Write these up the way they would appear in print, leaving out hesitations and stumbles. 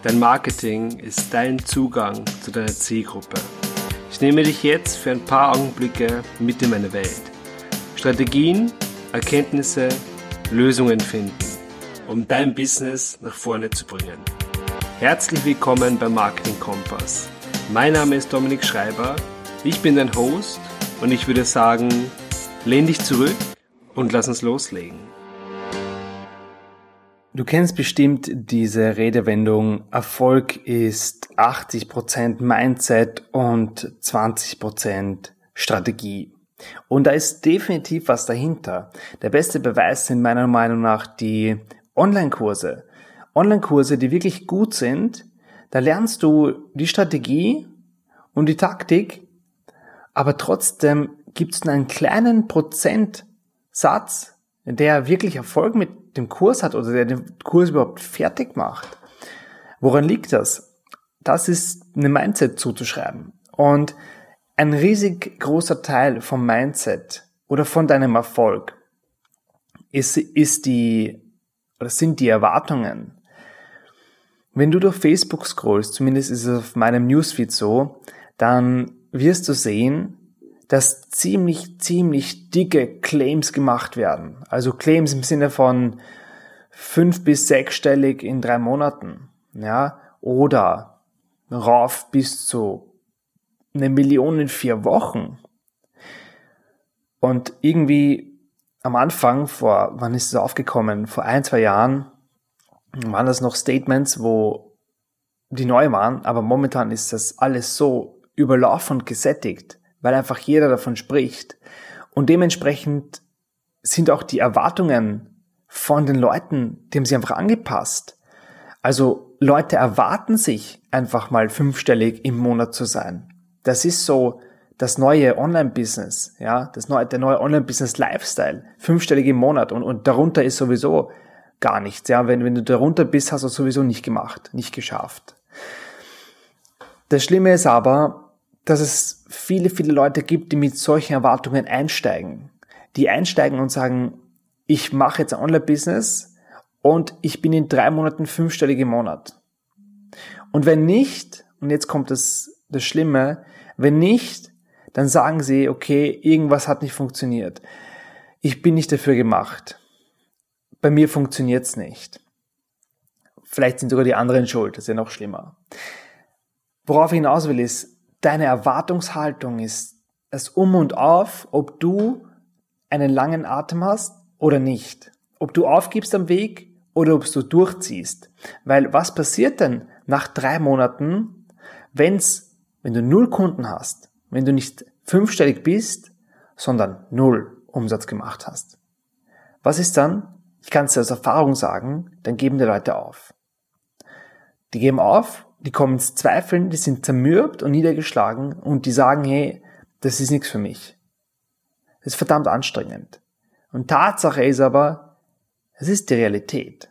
Dein Marketing ist dein Zugang zu deiner Zielgruppe. Ich nehme dich jetzt für ein paar Augenblicke mit in meine Welt. Strategien, Erkenntnisse, Lösungen finden, um dein Business nach vorne zu bringen. Herzlich willkommen beim Marketing Kompass. Mein Name ist Dominik Schreiber, ich bin dein Host und ich würde sagen, lehn dich zurück und lass uns loslegen. Du kennst bestimmt diese Redewendung, Erfolg ist 80% Mindset und 20% Strategie. Und da ist definitiv was dahinter. Der beste Beweis sind meiner Meinung nach die Online-Kurse. Online-Kurse, die wirklich gut sind, da lernst du die Strategie und die Taktik, aber trotzdem gibt es einen kleinen Prozentsatz, der wirklich Erfolg mit dem Kurs hat oder der den Kurs überhaupt fertig macht. Woran liegt das? Das ist einem Mindset zuzuschreiben. Und ein riesig großer Teil vom Mindset oder von deinem Erfolg sind die Erwartungen. Wenn du durch Facebook scrollst, zumindest ist es auf meinem Newsfeed so, dann wirst du sehen, dass ziemlich dicke Claims gemacht werden. Also Claims im Sinne von 5- bis 6-stellig in 3 Monaten, ja, oder rauf bis zu 1 Million in 4 Wochen. Und irgendwie am Anfang, wann ist es aufgekommen? Vor 1-2 Jahren waren das noch Statements, wo die neu waren, aber momentan ist das alles so überlaufen und gesättigt, weil einfach jeder davon spricht. Und dementsprechend sind auch die Erwartungen von den Leuten, die haben sich einfach angepasst. Also Leute erwarten sich einfach mal 5-stellig im Monat zu sein. Das ist so das neue Online-Business, ja, der neue Online-Business-Lifestyle. 5-stellig im Monat und darunter ist sowieso gar nichts. Ja, wenn du darunter bist, hast du es sowieso nicht gemacht, nicht geschafft. Das Schlimme ist aber, dass es viele Leute gibt, die mit solchen Erwartungen einsteigen. Die einsteigen und sagen, ich mache jetzt ein Online-Business und ich bin in 3 Monaten 5-stellig im Monat. Und wenn nicht, und jetzt kommt das Schlimme, wenn nicht, dann sagen sie, okay, irgendwas hat nicht funktioniert. Ich bin nicht dafür gemacht. Bei mir funktioniert's nicht. Vielleicht sind sogar die anderen schuld, das ist ja noch schlimmer. Worauf ich hinaus will ist, deine Erwartungshaltung ist das Um und Auf, ob du einen langen Atem hast oder nicht. Ob du aufgibst am Weg oder ob du durchziehst. Weil was passiert denn nach 3 Monaten, wenn du 0 Kunden hast, wenn du nicht 5-stellig bist, sondern 0 Umsatz gemacht hast? Was ist dann? Ich kann es dir aus Erfahrung sagen, dann geben die Leute auf. Die geben auf, die kommen ins Zweifeln, die sind zermürbt und niedergeschlagen und die sagen, hey, das ist nichts für mich. Das ist verdammt anstrengend. Und Tatsache ist aber, es ist die Realität.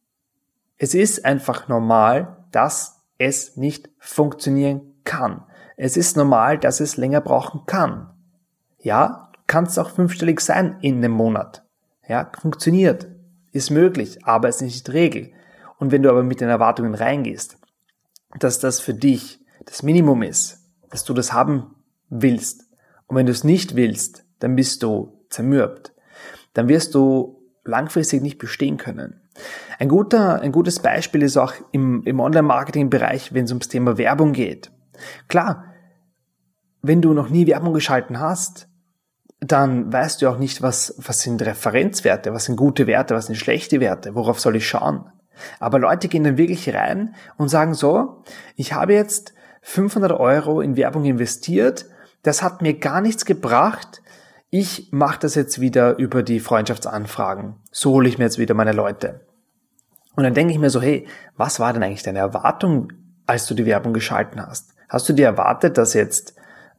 Es ist einfach normal, dass es nicht funktionieren kann. Es ist normal, dass es länger brauchen kann. Ja, kannst auch 5-stellig sein in einem Monat. Ja, funktioniert. Ist möglich, aber es ist nicht die Regel. Und wenn du aber mit den Erwartungen reingehst, dass das für dich das Minimum ist, dass du das haben willst. Und wenn du es nicht willst, dann bist du zermürbt. Dann wirst du langfristig nicht bestehen können. Ein gutes Beispiel ist auch im Online-Marketing-Bereich, wenn es ums Thema Werbung geht. Klar, wenn du noch nie Werbung geschalten hast, dann weißt du auch nicht, was sind Referenzwerte, was sind gute Werte, was sind schlechte Werte, worauf soll ich schauen. Aber Leute gehen dann wirklich rein und sagen so, ich habe jetzt 500 € in Werbung investiert, das hat mir gar nichts gebracht, ich mache das jetzt wieder über die Freundschaftsanfragen, so hole ich mir jetzt wieder meine Leute. Und dann denke ich mir so, hey, was war denn eigentlich deine Erwartung, als du die Werbung geschalten hast? Hast du dir erwartet, dass jetzt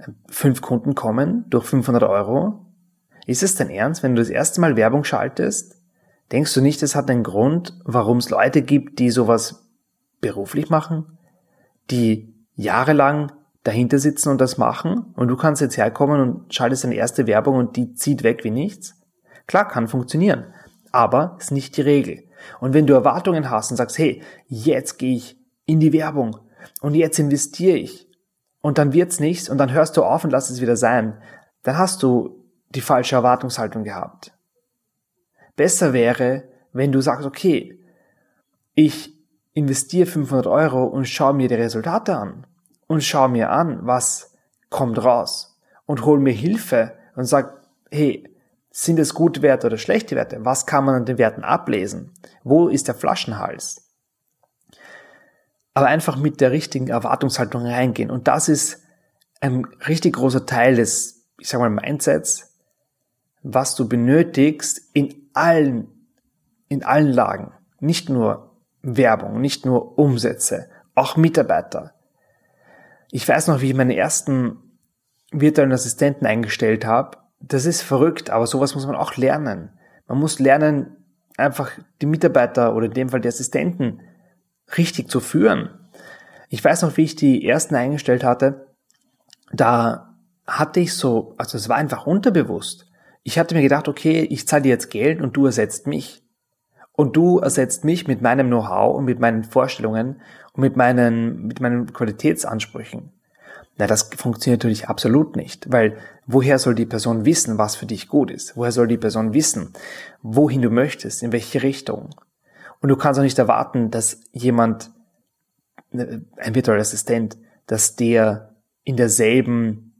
5 Kunden kommen durch 500 €? Ist es dein Ernst, wenn du das erste Mal Werbung schaltest? Denkst du nicht, es hat einen Grund, warum es Leute gibt, die sowas beruflich machen? Die jahrelang dahinter sitzen und das machen? Und du kannst jetzt herkommen und schaltest deine erste Werbung und die zieht weg wie nichts? Klar, kann funktionieren, aber ist nicht die Regel. Und wenn du Erwartungen hast und sagst, hey, jetzt gehe ich in die Werbung und jetzt investiere ich und dann wird's nichts und dann hörst du auf und lass es wieder sein, dann hast du die falsche Erwartungshaltung gehabt. Besser wäre, wenn du sagst, okay, ich investiere 500 Euro und schaue mir die Resultate an und schaue mir an, was kommt raus und hol mir Hilfe und sag, hey, sind es gute Werte oder schlechte Werte? Was kann man an den Werten ablesen? Wo ist der Flaschenhals? Aber einfach mit der richtigen Erwartungshaltung reingehen. Und das ist ein richtig großer Teil des, ich sag mal, Mindsets, was du benötigst in allen Lagen. Nicht nur Werbung, nicht nur Umsätze, auch Mitarbeiter. Ich weiß noch, wie ich meine ersten virtuellen Assistenten eingestellt habe. Das ist verrückt, aber sowas muss man auch lernen. Man muss lernen, einfach die Mitarbeiter oder in dem Fall die Assistenten richtig zu führen. Ich weiß noch, wie ich die ersten eingestellt hatte, da hatte ich so, also es war einfach unterbewusst. Ich hatte mir gedacht, okay, ich zahle dir jetzt Geld und du ersetzt mich. Und du ersetzt mich mit meinem Know-how und mit meinen Vorstellungen und mit meinen Qualitätsansprüchen. Na, das funktioniert natürlich absolut nicht, weil woher soll die Person wissen, was für dich gut ist? Woher soll die Person wissen, wohin du möchtest, in welche Richtung? Und du kannst auch nicht erwarten, dass jemand, ein virtueller Assistent, dass der mit derselben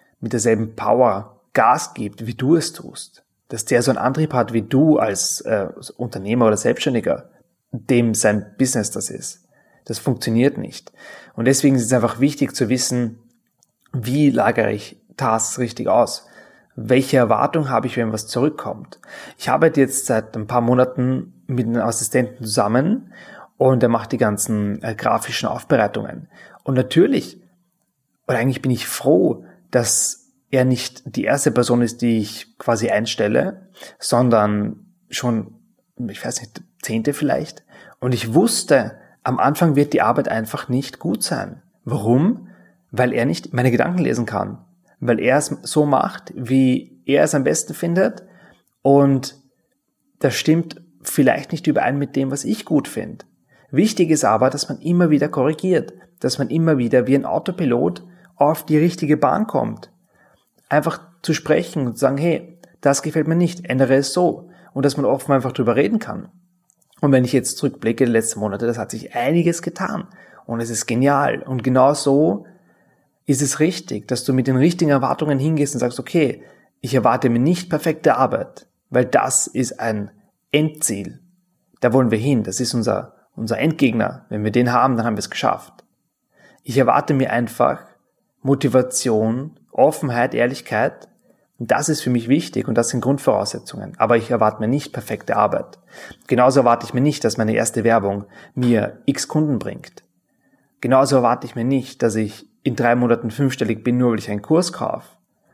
Power Gas gibt, wie du es tust. Dass der so einen Antrieb hat, wie du als Unternehmer oder Selbstständiger, dem sein Business das ist. Das funktioniert nicht. Und deswegen ist es einfach wichtig zu wissen, wie lagere ich Tasks richtig aus? Welche Erwartung habe ich, wenn was zurückkommt? Ich arbeite jetzt seit ein paar Monaten mit einem Assistenten zusammen und er macht die ganzen grafischen Aufbereitungen. Und natürlich, oder eigentlich bin ich froh, dass er nicht die erste Person ist, die ich quasi einstelle, sondern schon, ich weiß nicht, 10. vielleicht. Und ich wusste, am Anfang wird die Arbeit einfach nicht gut sein. Warum? Weil er nicht meine Gedanken lesen kann. Weil er es so macht, wie er es am besten findet. Und das stimmt vielleicht nicht überein mit dem, was ich gut finde. Wichtig ist aber, dass man immer wieder korrigiert. Dass man immer wieder wie ein Autopilot auf die richtige Bahn kommt. Einfach zu sprechen und zu sagen, hey, das gefällt mir nicht, ändere es so. Und dass man offen einfach drüber reden kann. Und wenn ich jetzt zurückblicke, die letzten Monate, das hat sich einiges getan. Und es ist genial. Und genau so ist es richtig, dass du mit den richtigen Erwartungen hingehst und sagst, okay, ich erwarte mir nicht perfekte Arbeit, weil das ist ein Endziel. Da wollen wir hin. Das ist unser Endgegner. Wenn wir den haben, dann haben wir es geschafft. Ich erwarte mir einfach Motivation, Offenheit, Ehrlichkeit. Und das ist für mich wichtig und das sind Grundvoraussetzungen. Aber ich erwarte mir nicht perfekte Arbeit. Genauso erwarte ich mir nicht, dass meine erste Werbung mir x Kunden bringt. Genauso erwarte ich mir nicht, dass ich in 3 Monaten 5-stellig bin, nur weil ich einen Kurs kaufe.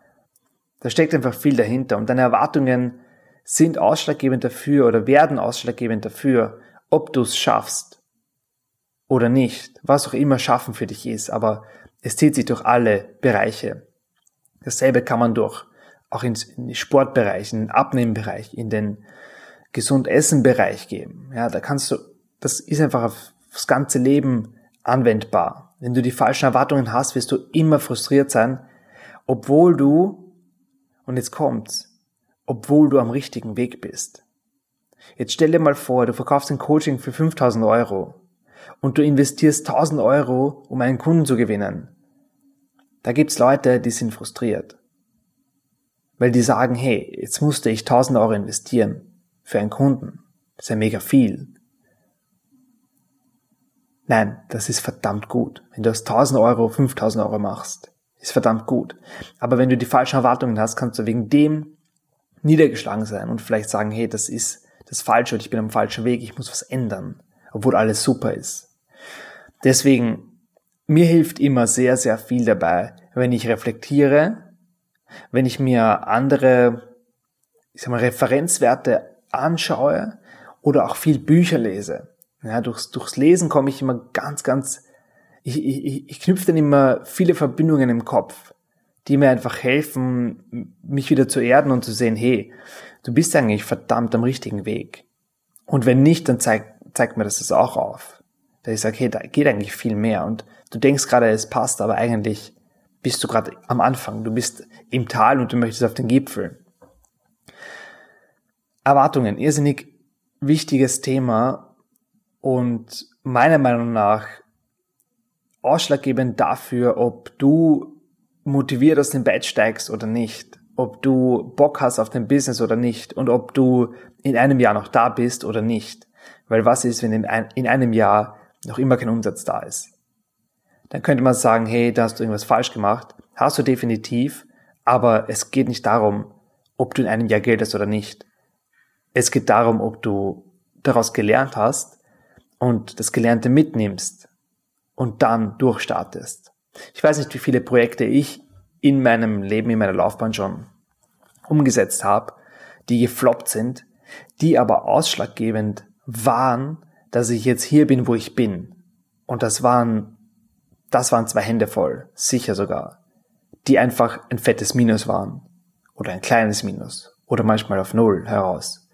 Da steckt einfach viel dahinter und deine Erwartungen sind ausschlaggebend dafür oder werden ausschlaggebend dafür, ob du es schaffst oder nicht. Was auch immer Schaffen für dich ist, aber es zieht sich durch alle Bereiche. Dasselbe kann man auch in den Sportbereich, in den Abnehmbereich, in den Gesund-Essen-Bereich geben. Ja, das ist einfach aufs ganze Leben anwendbar. Wenn du die falschen Erwartungen hast, wirst du immer frustriert sein, obwohl du, und jetzt kommt's, obwohl du am richtigen Weg bist. Jetzt stell dir mal vor, du verkaufst ein Coaching für 5.000 Euro und du investierst 1.000 Euro, um einen Kunden zu gewinnen. Da gibt's Leute, die sind frustriert. Weil die sagen, hey, jetzt musste ich 1.000 Euro investieren für einen Kunden. Das ist ja mega viel. Nein, das ist verdammt gut. Wenn du aus 1.000 Euro 5.000 Euro machst, ist verdammt gut. Aber wenn du die falschen Erwartungen hast, kannst du wegen dem niedergeschlagen sein und vielleicht sagen, hey, das ist das Falsche und ich bin am falschen Weg, ich muss was ändern, obwohl alles super ist. Deswegen, mir hilft immer sehr, sehr viel dabei, wenn ich reflektiere, wenn ich mir andere, Referenzwerte anschaue oder auch viel Bücher lese. Ja, durchs Lesen komme ich immer ich knüpfe dann immer viele Verbindungen im Kopf, die mir einfach helfen, mich wieder zu erden und zu sehen, hey, du bist eigentlich verdammt am richtigen Weg. Und wenn nicht, dann zeigt mir das auch auf. Da ich sage, hey, da geht eigentlich viel mehr und du denkst gerade, es passt, aber eigentlich bist du gerade am Anfang. Du bist im Tal und du möchtest auf den Gipfel. Erwartungen, irrsinnig wichtiges Thema und meiner Meinung nach ausschlaggebend dafür, ob du motiviert aus dem Bett steigst oder nicht, ob du Bock hast auf dein Business oder nicht und ob du in einem Jahr noch da bist oder nicht. Weil was ist, wenn in einem Jahr noch immer kein Umsatz da ist? Dann könnte man sagen, hey, da hast du irgendwas falsch gemacht. Hast du definitiv, aber es geht nicht darum, ob du in einem Jahr Geld hast oder nicht. Es geht darum, ob du daraus gelernt hast und das Gelernte mitnimmst und dann durchstartest. Ich weiß nicht, wie viele Projekte ich in meinem Leben, in meiner Laufbahn schon umgesetzt habe, die gefloppt sind, die aber ausschlaggebend waren, dass ich jetzt hier bin, wo ich bin. Und das waren 2 Hände voll, sicher sogar, die einfach ein fettes Minus waren oder ein kleines Minus oder manchmal auf 0 heraus.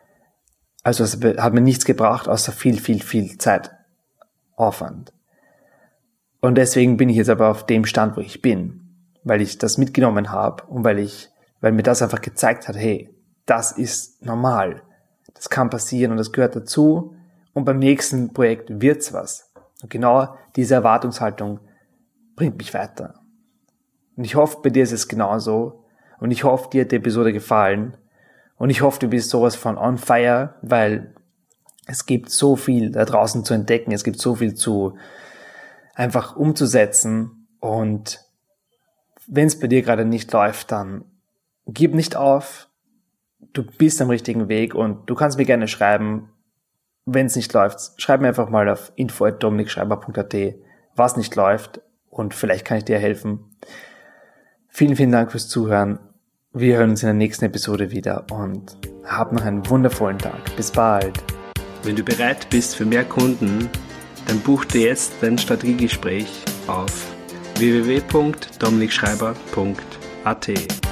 Also es hat mir nichts gebracht, außer viel, viel, viel Zeitaufwand. Und deswegen bin ich jetzt aber auf dem Stand, wo ich bin, weil ich das mitgenommen habe und weil mir das einfach gezeigt hat, hey, das ist normal, das kann passieren und das gehört dazu und beim nächsten Projekt wird's was. Und genau diese Erwartungshaltung bringt mich weiter. Und ich hoffe, bei dir ist es genauso und ich hoffe, dir hat die Episode gefallen und ich hoffe, du bist sowas von on fire, weil es gibt so viel da draußen zu entdecken, es gibt so viel zu einfach umzusetzen und wenn es bei dir gerade nicht läuft, dann gib nicht auf, du bist am richtigen Weg und du kannst mir gerne schreiben, wenn es nicht läuft, schreib mir einfach mal auf info@dominikschreiber.at, was nicht läuft und vielleicht kann ich dir helfen. Vielen, vielen Dank fürs Zuhören. Wir hören uns in der nächsten Episode wieder und hab noch einen wundervollen Tag. Bis bald. Wenn du bereit bist für mehr Kunden, dann buch dir jetzt dein Strategiegespräch auf www.dominikschreiber.at.